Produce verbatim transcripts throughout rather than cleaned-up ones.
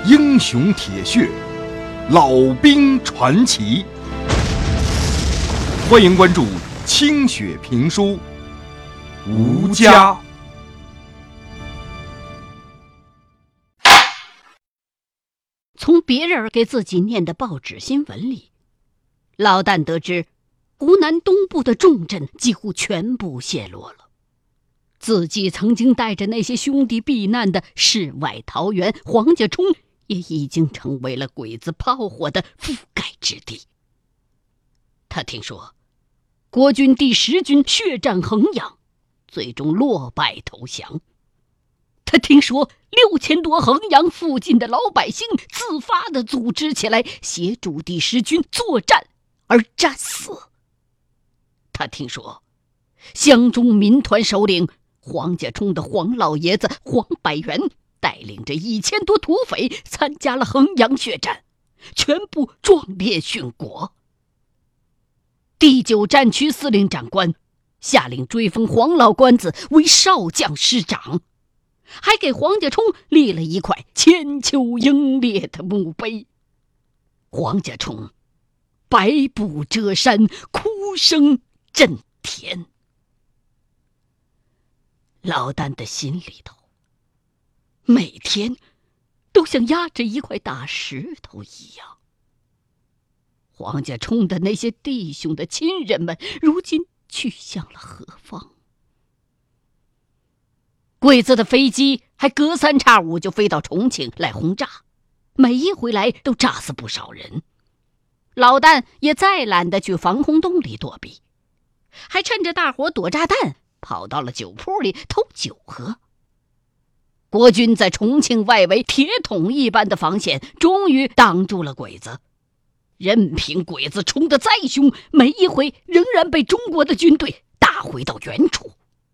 英雄铁血，老兵传奇。欢迎关注清雪评书《吴家》。 从别人给自己念的报纸新闻里，老旦得知湖南东部的重镇几乎全部陷落了。自己曾经带着那些兄弟避难的世外桃源黄家冲，也已经成为了鬼子炮火的覆盖之地。他听说国军第十军血战衡阳，最终落败投降。他听说六千多衡阳附近的老百姓自发地组织起来协助第十军作战而战死。他听说湘中民团首领黄家冲的黄老爷子黄百元带领着一千多土匪参加了衡阳血战，全部壮烈殉国。第九战区司令长官下令追封黄老官子为少将师长，还给黄家冲立了一块千秋英烈的墓碑。黄家冲百步遮山，哭声震天。老旦的心里头每天都像压着一块大石头一样。黄家冲的那些弟兄的亲人们如今去向了何方？鬼子的飞机还隔三差五就飞到重庆来轰炸，每一回来都炸死不少人。老旦也再懒得去防空洞里躲避，还趁着大伙躲炸弹跑到了酒铺里偷酒喝。国军在重庆外围铁桶一般的防线终于挡住了鬼子，任凭鬼子冲得再凶，每一回仍然被中国的军队打回到原处。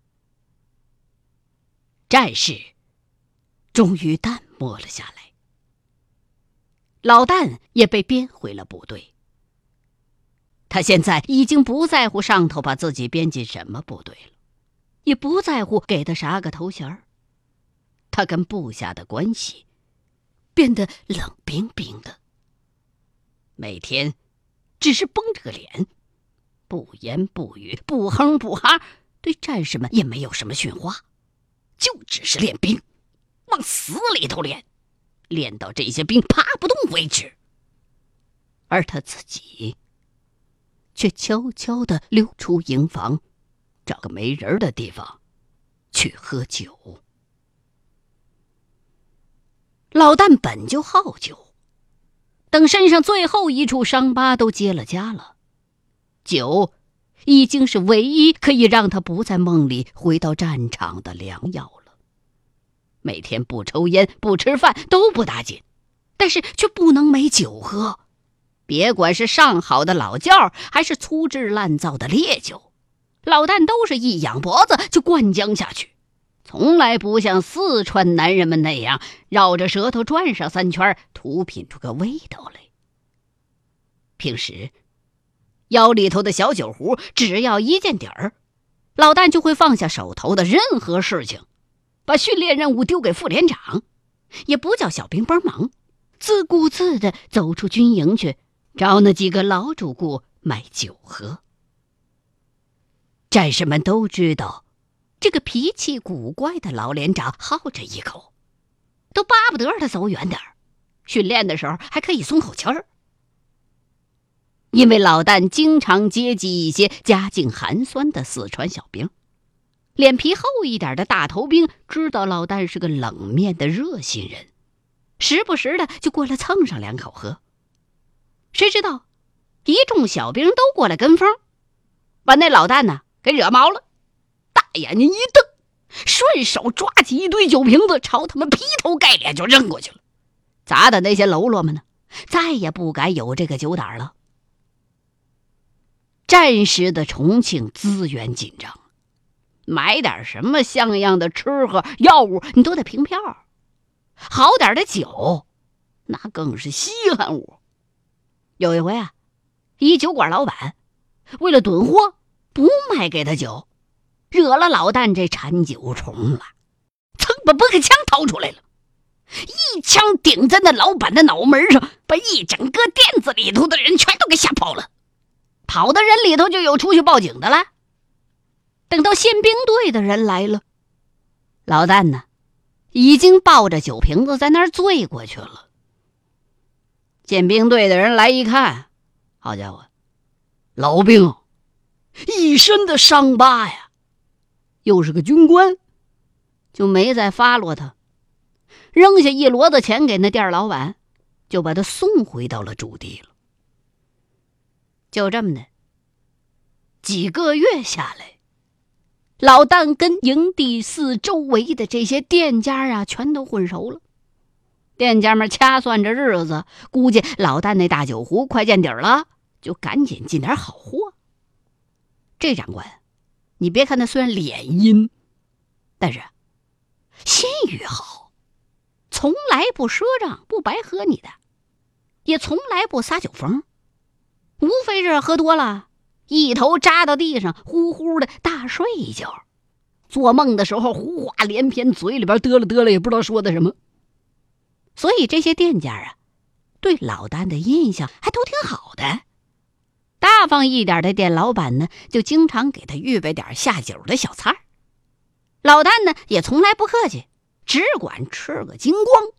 战事终于淡漠了下来，老旦也被编回了部队。他现在已经不在乎上头把自己编进什么部队了，也不在乎给他啥个头衔儿。他跟部下的关系变得冷冰冰的，每天只是绷着个脸，不言不语，不哼不哈，对战士们也没有什么训话，就只是练兵，往死里头练，练到这些兵爬不动为止。而他自己却悄悄地溜出营房，找个没人的地方去喝酒。老旦本就好酒，等身上最后一处伤疤都结了痂了，酒已经是唯一可以让他不在梦里回到战场的良药了。每天不抽烟不吃饭都不打紧，但是却不能没酒喝，别管是上好的老窖还是粗制滥造的烈酒，老旦都是一仰脖子就灌浆下去，从来不像四川男人们那样绕着舌头转上三圈，吐品出个味道来。平时腰里头的小酒壶只要一见底儿，老旦就会放下手头的任何事情，把训练任务丢给副连长，也不叫小兵帮忙，自顾自地走出军营去找那几个老主顾买酒喝。战士们都知道这个脾气古怪的老连长好这一口，都巴不得他走远点儿，训练的时候还可以松口气儿。因为老旦经常接济一些家境寒酸的四川小兵，脸皮厚一点的大头兵知道老旦是个冷面的热心人，时不时的就过来蹭上两口喝。谁知道一众小兵都过来跟风，把那老旦呢给惹毛了，大眼睛一瞪，顺手抓起一堆酒瓶子朝他们劈头盖脸就扔过去了，砸的那些喽啰们呢再也不敢有这个酒胆了。战时的重庆资源紧张，买点什么像样的吃喝药物你都得凭票，好点的酒那更是稀罕物。有一回啊，一酒馆老板为了囤货不卖给他酒，惹了老旦这馋酒虫了，噌把驳开枪掏出来了， 一枪顶在那老板的脑门上，把一整个店子里头的人全都给吓跑了。跑的人里头就有出去报警的了。等到宪兵队的人来了，老旦呢已经抱着酒瓶子在那儿醉过去了。宪兵队的人来一看，好家伙，老兵一身的伤疤呀，又是个军官，就没再发落他，扔下一摞子钱给那店老板，就把他送回到了驻地了。就这么的，几个月下来，老旦跟营地四周围的这些店家啊，全都混熟了。店家们掐算着日子，估计老旦那大酒壶快见底儿了，就赶紧进点好货。这长官，你别看他虽然脸阴，但是心语好，从来不赊账，不白喝你的，也从来不撒酒疯，无非是喝多了，一头扎到地上，呼呼的大睡一觉。做梦的时候胡话连篇，嘴里边嘚了嘚了，也不知道说的什么。所以这些店家啊，对老旦的印象还都挺好的。大方一点的店老板呢，就经常给他预备点下酒的小菜。老旦呢，也从来不客气，只管吃个精光。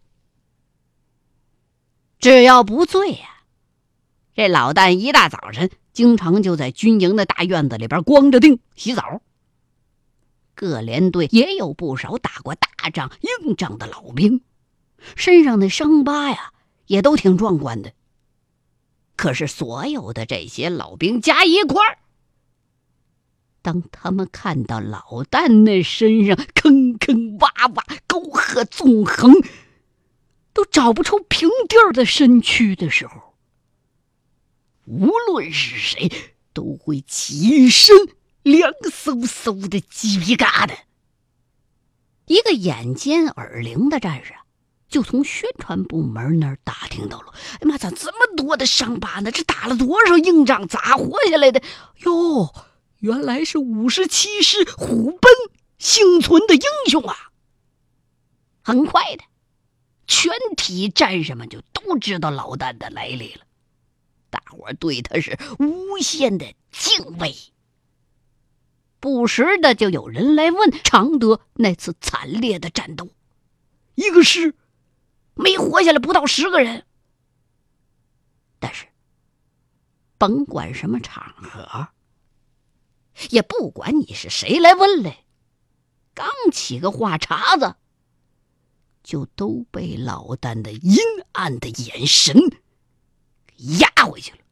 只要不醉呀、啊，这老旦一大早晨经常就在军营的大院子里边光着腚洗澡。各连队也有不少打过大仗硬仗的老兵，身上的伤疤呀也都挺壮观的。可是所有的这些老兵加一块儿，当他们看到老旦那身上坑坑洼洼、沟壑纵横，都找不出平地儿的身躯的时候，无论是谁都会起一身凉飕飕的鸡皮疙瘩。一个眼尖耳灵的战士就从宣传部门那儿打听到了，哎妈，咋这么多的伤疤呢？这打了多少硬仗，咋活下来的？哟，原来是五十七师虎贲幸存的英雄啊！很快的，全体战士们就都知道老旦的来历了，大伙儿对他是无限的敬畏。不时的就有人来问常德那次惨烈的战斗，一个师没活下来不到十个人。但是甭管什么场合，也不管你是谁来问来，刚起个话茬子，就都被老旦的阴暗的眼神压回去了。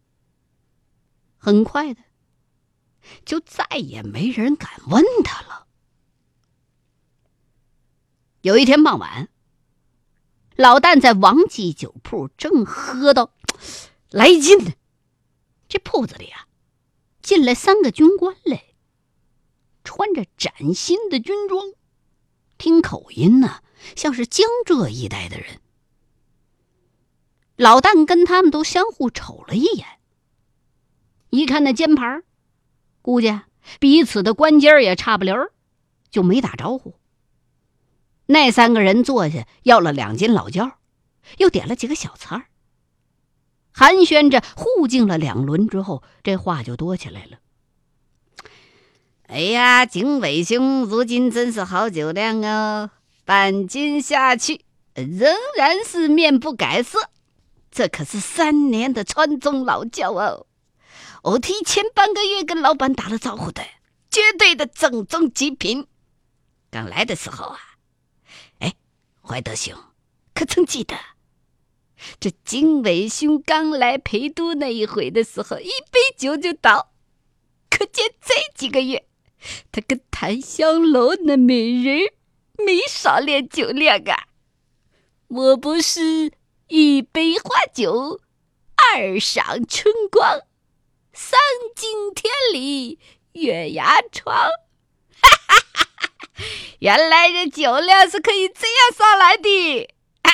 很快的，就再也没人敢问他了。有一天傍晚，老旦在王记酒铺正喝到来劲呢，这铺子里啊进来三个军官来，穿着崭新的军装，听口音呢、啊、像是江浙一带的人。老旦跟他们都相互瞅了一眼，一看那肩牌，估计彼此的官阶也差不离儿，就没打招呼。那三个人坐下，要了两斤老窖，又点了几个小菜，寒暄着互敬了两轮之后，这话就多起来了。哎呀，警卫兄如今真是好酒量哦，半斤下去仍然是面不改色，这可是三年的川中老窖哦。我提前半个月跟老板打了招呼的，绝对的正宗极品。刚来的时候啊，哎，怀德兄可曾记得这警卫兄刚来陪都那一回的时候，一杯酒就倒，可见这几个月他跟檀香楼那美人没少练酒量啊。我不是一杯花酒，二赏春光，三更天里月牙床。原来这酒量是可以这样上来的。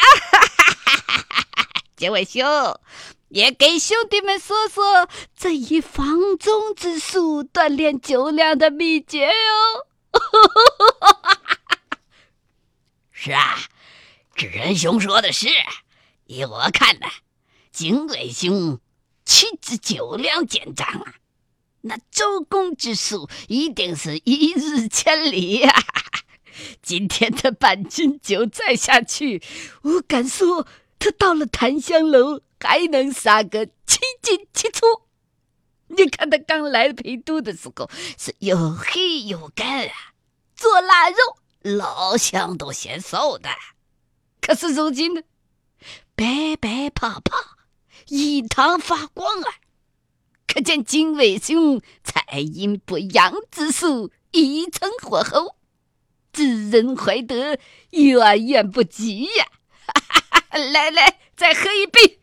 这位兄也给兄弟们说说这一方中之术锻炼酒量的秘诀哦。是啊， 知仁兄说的是，依我看呢，警卫兄岂止酒量见长啊，那周公之术一定是一日千里呀、啊！今天的半斤酒再下去，我敢说他到了檀香楼还能杀个七进七出。你看他刚来陪都的时候是又黑又干啊，做腊肉老乡都嫌瘦的，可是如今呢，白白胖胖，一堂发光啊！可见警卫兄采阴补阳之术一成火候，知人怀德，远远不及呀、啊！来来，再喝一杯。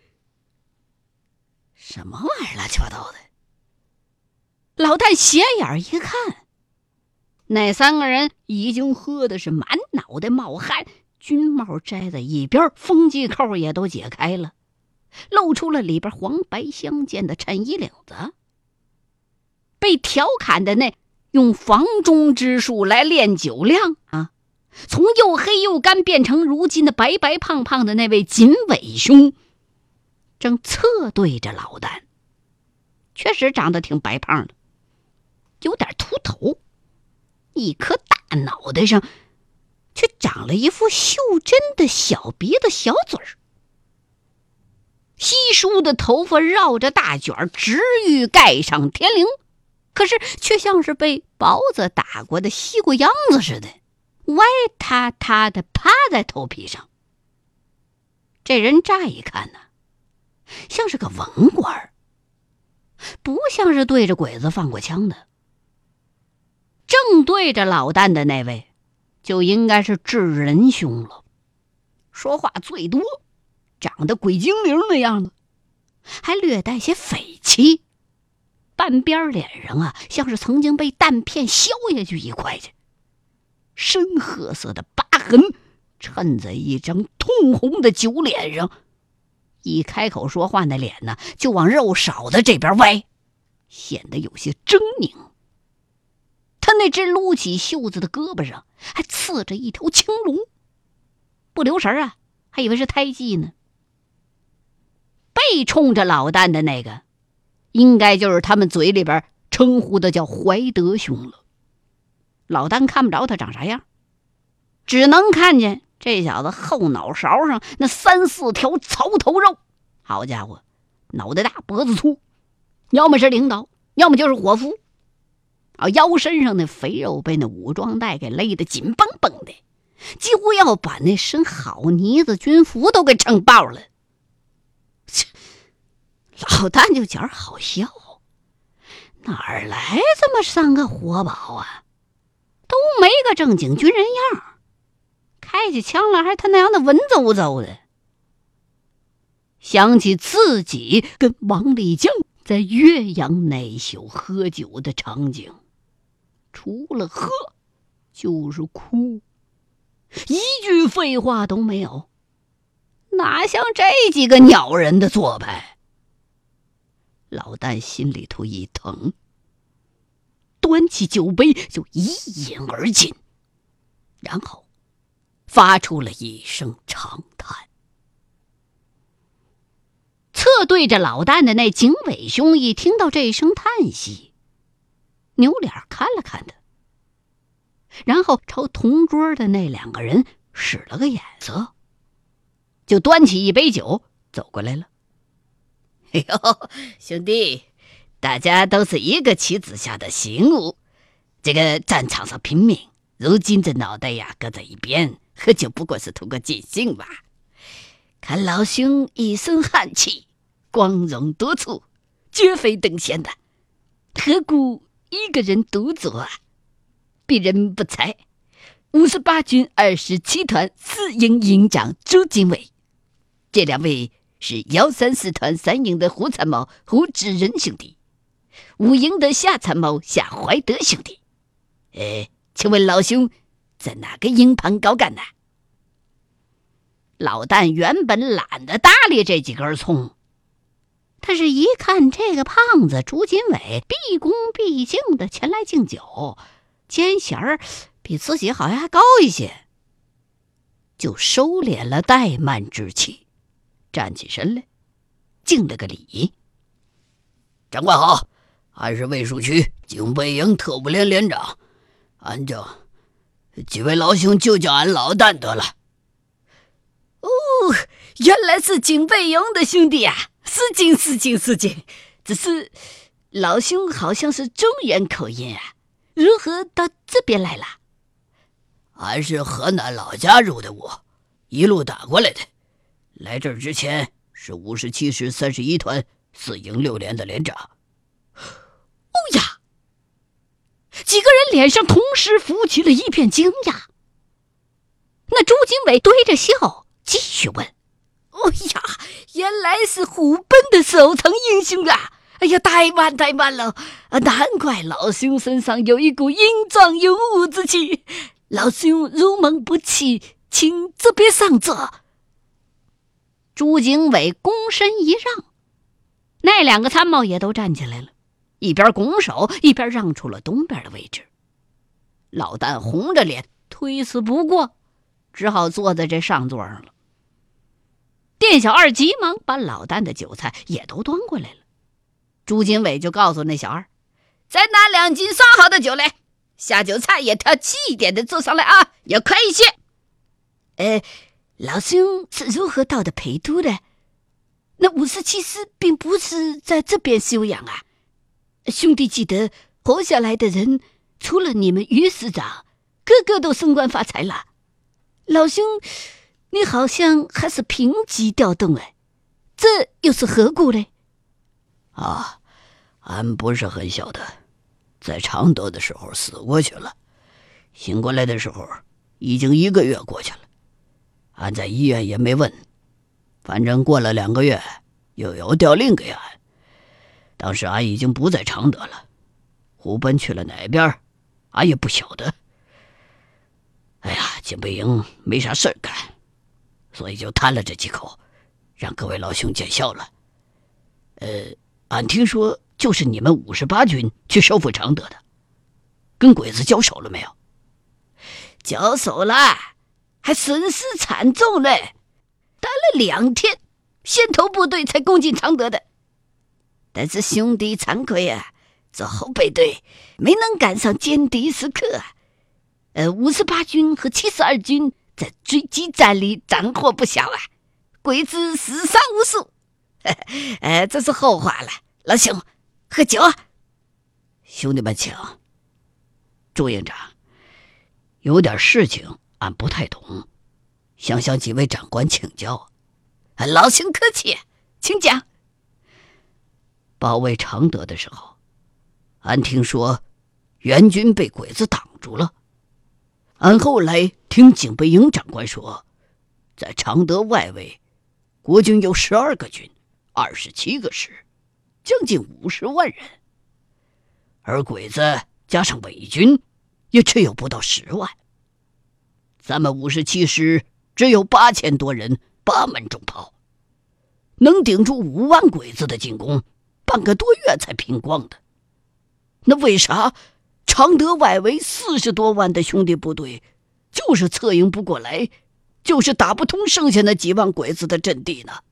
什么玩意儿乱七八糟的？老旦斜眼一看，那三个人已经喝的是满脑袋冒汗，军帽摘在一边，风系扣也都解开了，露出了里边黄白相间的衬衣领子。被调侃的那用房中之术来练酒量啊，从又黑又干变成如今的白白胖胖的那位锦伟兄，正侧对着老旦，确实长得挺白胖的，有点秃头，一颗大脑袋上却长了一副袖珍的小鼻子小嘴儿，稀疏的头发绕着大卷，直欲盖上天灵，可是却像是被雹子打过的西瓜秧子似的，歪塌塌的趴在头皮上。这人乍一看呢，像是个文官，不像是对着鬼子放过枪的。正对着老旦的那位就应该是智仁兄了，说话最多，长得鬼精灵那样子，还略带些匪气，半边脸上啊像是曾经被弹片削下去一块去，深褐色的疤痕衬在一张通红的酒脸上，一开口说话那脸呢就往肉少的这边歪，显得有些狰狞。他那只撸起袖子的胳膊上还刺着一条青龙，不留神啊还以为是胎记呢。背冲着老旦的那个应该就是他们嘴里边称呼的叫怀德兄了。老旦看不着他长啥样，只能看见这小子后脑勺上那三四条槽头肉，好家伙，脑袋大脖子粗，要么是领导，要么就是伙夫啊，腰身上那肥肉被那武装带给勒得紧绷绷的，几乎要把那身好呢子军服都给撑爆了。老旦就觉得好笑，哪儿来这么三个活宝啊，都没个正经军人样，开起枪来还他那样的文绉绉的。想起自己跟王立将在岳阳那宿喝酒的场景，除了喝就是哭，一句废话都没有，哪像这几个鸟人的做派。老旦心里头一疼，端起酒杯就一饮而尽，然后发出了一声长叹。侧对着老旦的那警卫兄一听到这声叹息，扭脸看了看他，然后朝同桌的那两个人使了个眼色，就端起一杯酒走过来了。哎呦，兄弟，大家都是一个旗子下的行伍，这个战场上拼命，如今这脑袋呀搁在一边，喝酒不过是图个尽兴吧。看老兄一身汗气，光荣多处，绝非等闲的，何故一个人独坐啊？鄙人不才，五十八军二十七团四营营长朱经纬，这两位是幺三四团三营的胡参谋胡志仁兄弟，五营的夏参谋夏怀德兄弟。呃，请问老兄在哪个营旁高干呢？老旦原本懒得搭理这几根葱，但是一看这个胖子朱经纬毕恭毕敬的前来敬酒，尖衔儿比自己好像还高一些， 就收敛了怠慢之气，站起身来，敬了个礼。 长官好，俺是卫戍区警备营特务连连长，俺叫几位老兄就叫俺老旦得了。 哦，原来是警备营的兄弟啊！是敬是敬是敬，只是老兄好像是中原口音啊，如何到这边来了？ 俺是河南老家入的伍，一路打过来的。来这儿之前是五十七师三十一团四营六连的连长。 哦呀！几个人脸上同时浮起了一片惊讶。那朱经纬对着笑，继续问：“ 哦呀，原来是虎贲的守城英雄啊！哎呀，太慢太慢了，难怪老兄身上有一股英壮勇武之气。老兄如蒙不弃，请这边上座。” 朱经纬躬身一让，那两个参谋也都站起来了，一边拱手一边让出了东边的位置。老旦红着脸推辞不过，只好坐在这上座上了。店小二急忙把老旦的酒菜也都端过来了。朱经纬就告诉那小二：“ 再拿两斤烧好的酒来，下酒菜也挑细一点的做上来啊，要快一些。”呃，老兄是如何到的陪都的？那五十七师并不是在这边休养啊。兄弟记得，活下来的人除了你们于师长，个个都升官发财了。老兄，你好像还是平级调动哎，这又是何故呢？ 啊，俺不是很晓得，在常德的时候死过去了，醒过来的时候已经一个月过去了。俺在医院也没问，反正过了两个月又有调令给俺。当时俺已经不在常德了，虎贲去了哪边俺也不晓得。哎呀，警备营没啥事儿干，所以就贪了这几口，让各位老兄见笑了。呃，俺听说就是你们五十八军去收复常德的，跟鬼子交手了没有？ 交手了，还损失惨重嘞！打了两天，先头部队才攻进常德的。但是兄弟惭愧啊，这后备队没能赶上歼敌时刻啊。呃，五十八军和七十二军在追击战里斩获不小啊，鬼子死伤无数。呃，这是后话了。老兄，喝酒啊！ 兄弟们请。朱营长，有点事情俺不太懂，想向几位长官请教。 老兄客气，请讲。 保卫常德的时候，俺听说援军被鬼子挡住了。俺后来听警备营长官说，在常德外围，国军有十二个军，二十七个师，将近五十万人，而鬼子加上伪军，也只有不到十万。咱们五十七师只有八千多人，八门重炮，能顶住五万鬼子的进攻，半个多月才平光的。那为啥常德外围四十多万的兄弟部队，就是策应不过来，就是打不通剩下那几万鬼子的阵地呢？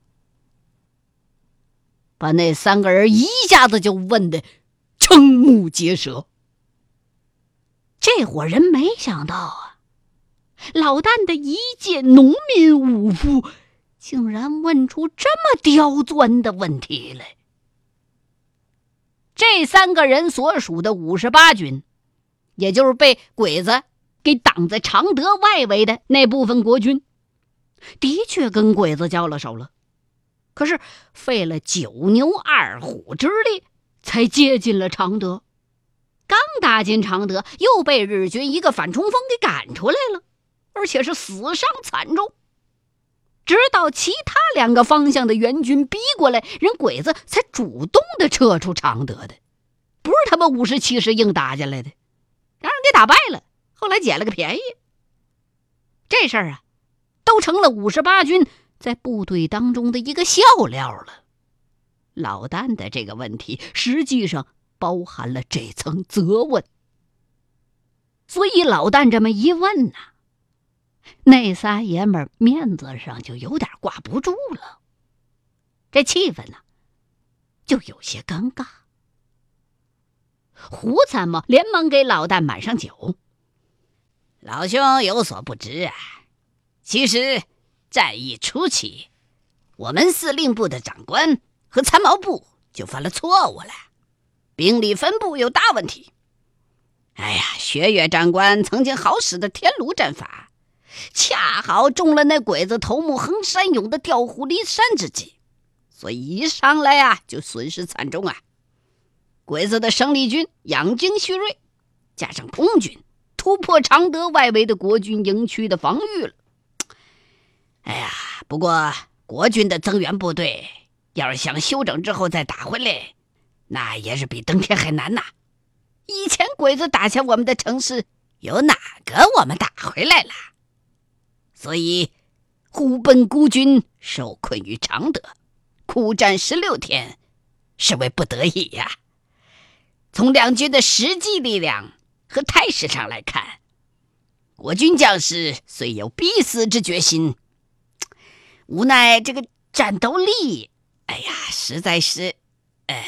把那三个人一下子就问得瞠目结舌。这伙人没想到啊，老旦的一介农民武夫，竟然问出这么刁钻的问题来。这三个人所属的五十八军，也就是被鬼子给挡在常德外围的那部分国军，的确跟鬼子交了手了，可是费了九牛二虎之力才接近了常德。刚打进常德，又被日军一个反冲锋给赶出来了，而且是死伤惨重。直到其他两个方向的援军逼过来，人鬼子才主动的撤出常德的，不是他们五十七师硬打进来的，让人给打败了，后来捡了个便宜。这事儿啊，都成了五十八军在部队当中的一个笑料了。老旦的这个问题实际上包含了这层责问，所以老旦这么一问呢、啊， 那仨爷们儿面子上就有点挂不住了，这气氛呢就有些尴尬。胡参谋连忙给老旦满上酒。 老兄有所不知啊，其实战役初期，我们司令部的长官和参谋部就犯了错误了，兵力分布有大问题。哎呀，薛岳长官曾经好使的天炉阵法，恰好中了那鬼子头目横山勇的调虎离山之计，所以一上来啊就损失惨重啊。鬼子的生力军养精蓄锐，加上空军突破常德外围的国军营区的防御了。哎呀，不过国军的增援部队要是想休整之后再打回来，那也是比登天还难呐。以前鬼子打下我们的城市，有哪个我们打回来了？所以虎贲孤军受困于常德，苦战十六天，是为不得已呀、啊。从两军的实际力量和态势上来看，国军将士虽有必死之决心，无奈这个战斗力，哎呀，实在是，哎。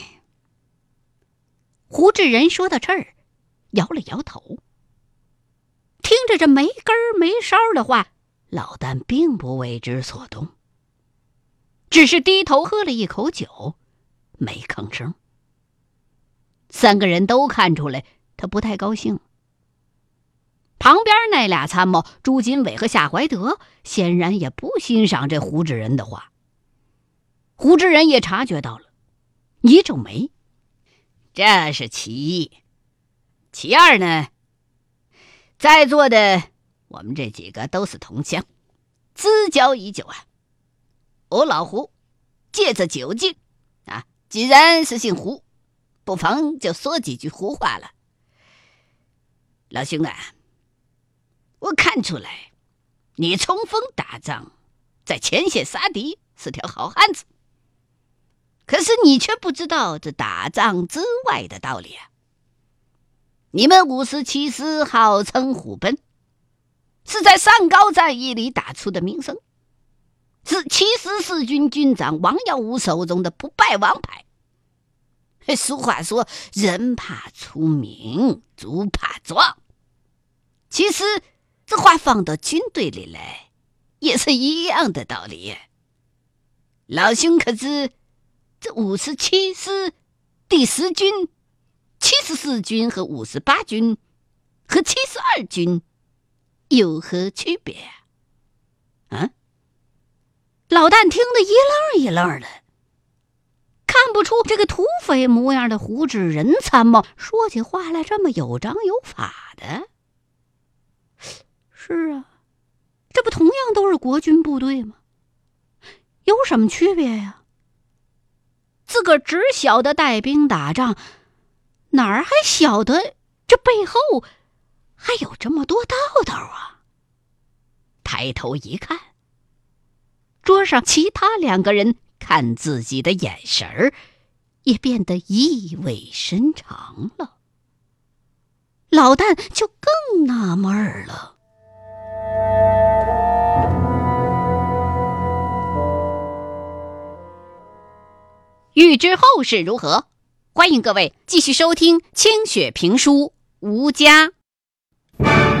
胡志仁说到这儿，摇了摇头。听着这没根儿没梢的话，老旦并不为之所动，只是低头喝了一口酒，没吭声。三个人都看出来他不太高兴。旁边那俩参谋朱金伟和夏怀德显然也不欣赏这胡志仁的话。胡志仁也察觉到了，一皱眉。 这是其一。其二呢，在座的我们这几个都是同乡，私交已久啊。我老胡借着酒劲啊，既然是姓胡，不妨就说几句胡话了。老兄啊，我看出来你冲锋打仗，在前线杀敌是条好汉子，可是你却不知道这打仗之外的道理啊！你们五十七师号称虎贲，是在上高战役里打出的名声，是七十四军军长王耀武手中的不败王牌。俗话说，人怕出名，猪怕壮。其实这话放到军队里来，也是一样的道理。老兄可知这五十七师第十军、七十四军和五十八军和七十二军有何区别啊？啊？ 老旦听得一愣一愣的，看不出这个土匪模样的胡志仁参谋说起话来这么有章有法的。是啊，这不同样都是国军部队吗？有什么区别呀？自个儿只晓得带兵打仗，哪儿还晓得这背后还有这么多道道啊？抬头一看，桌上其他两个人看自己的眼神儿也变得意味深长了。老旦就更纳闷儿了。欲知后事如何，欢迎各位继续收听清雪评书《吴家》。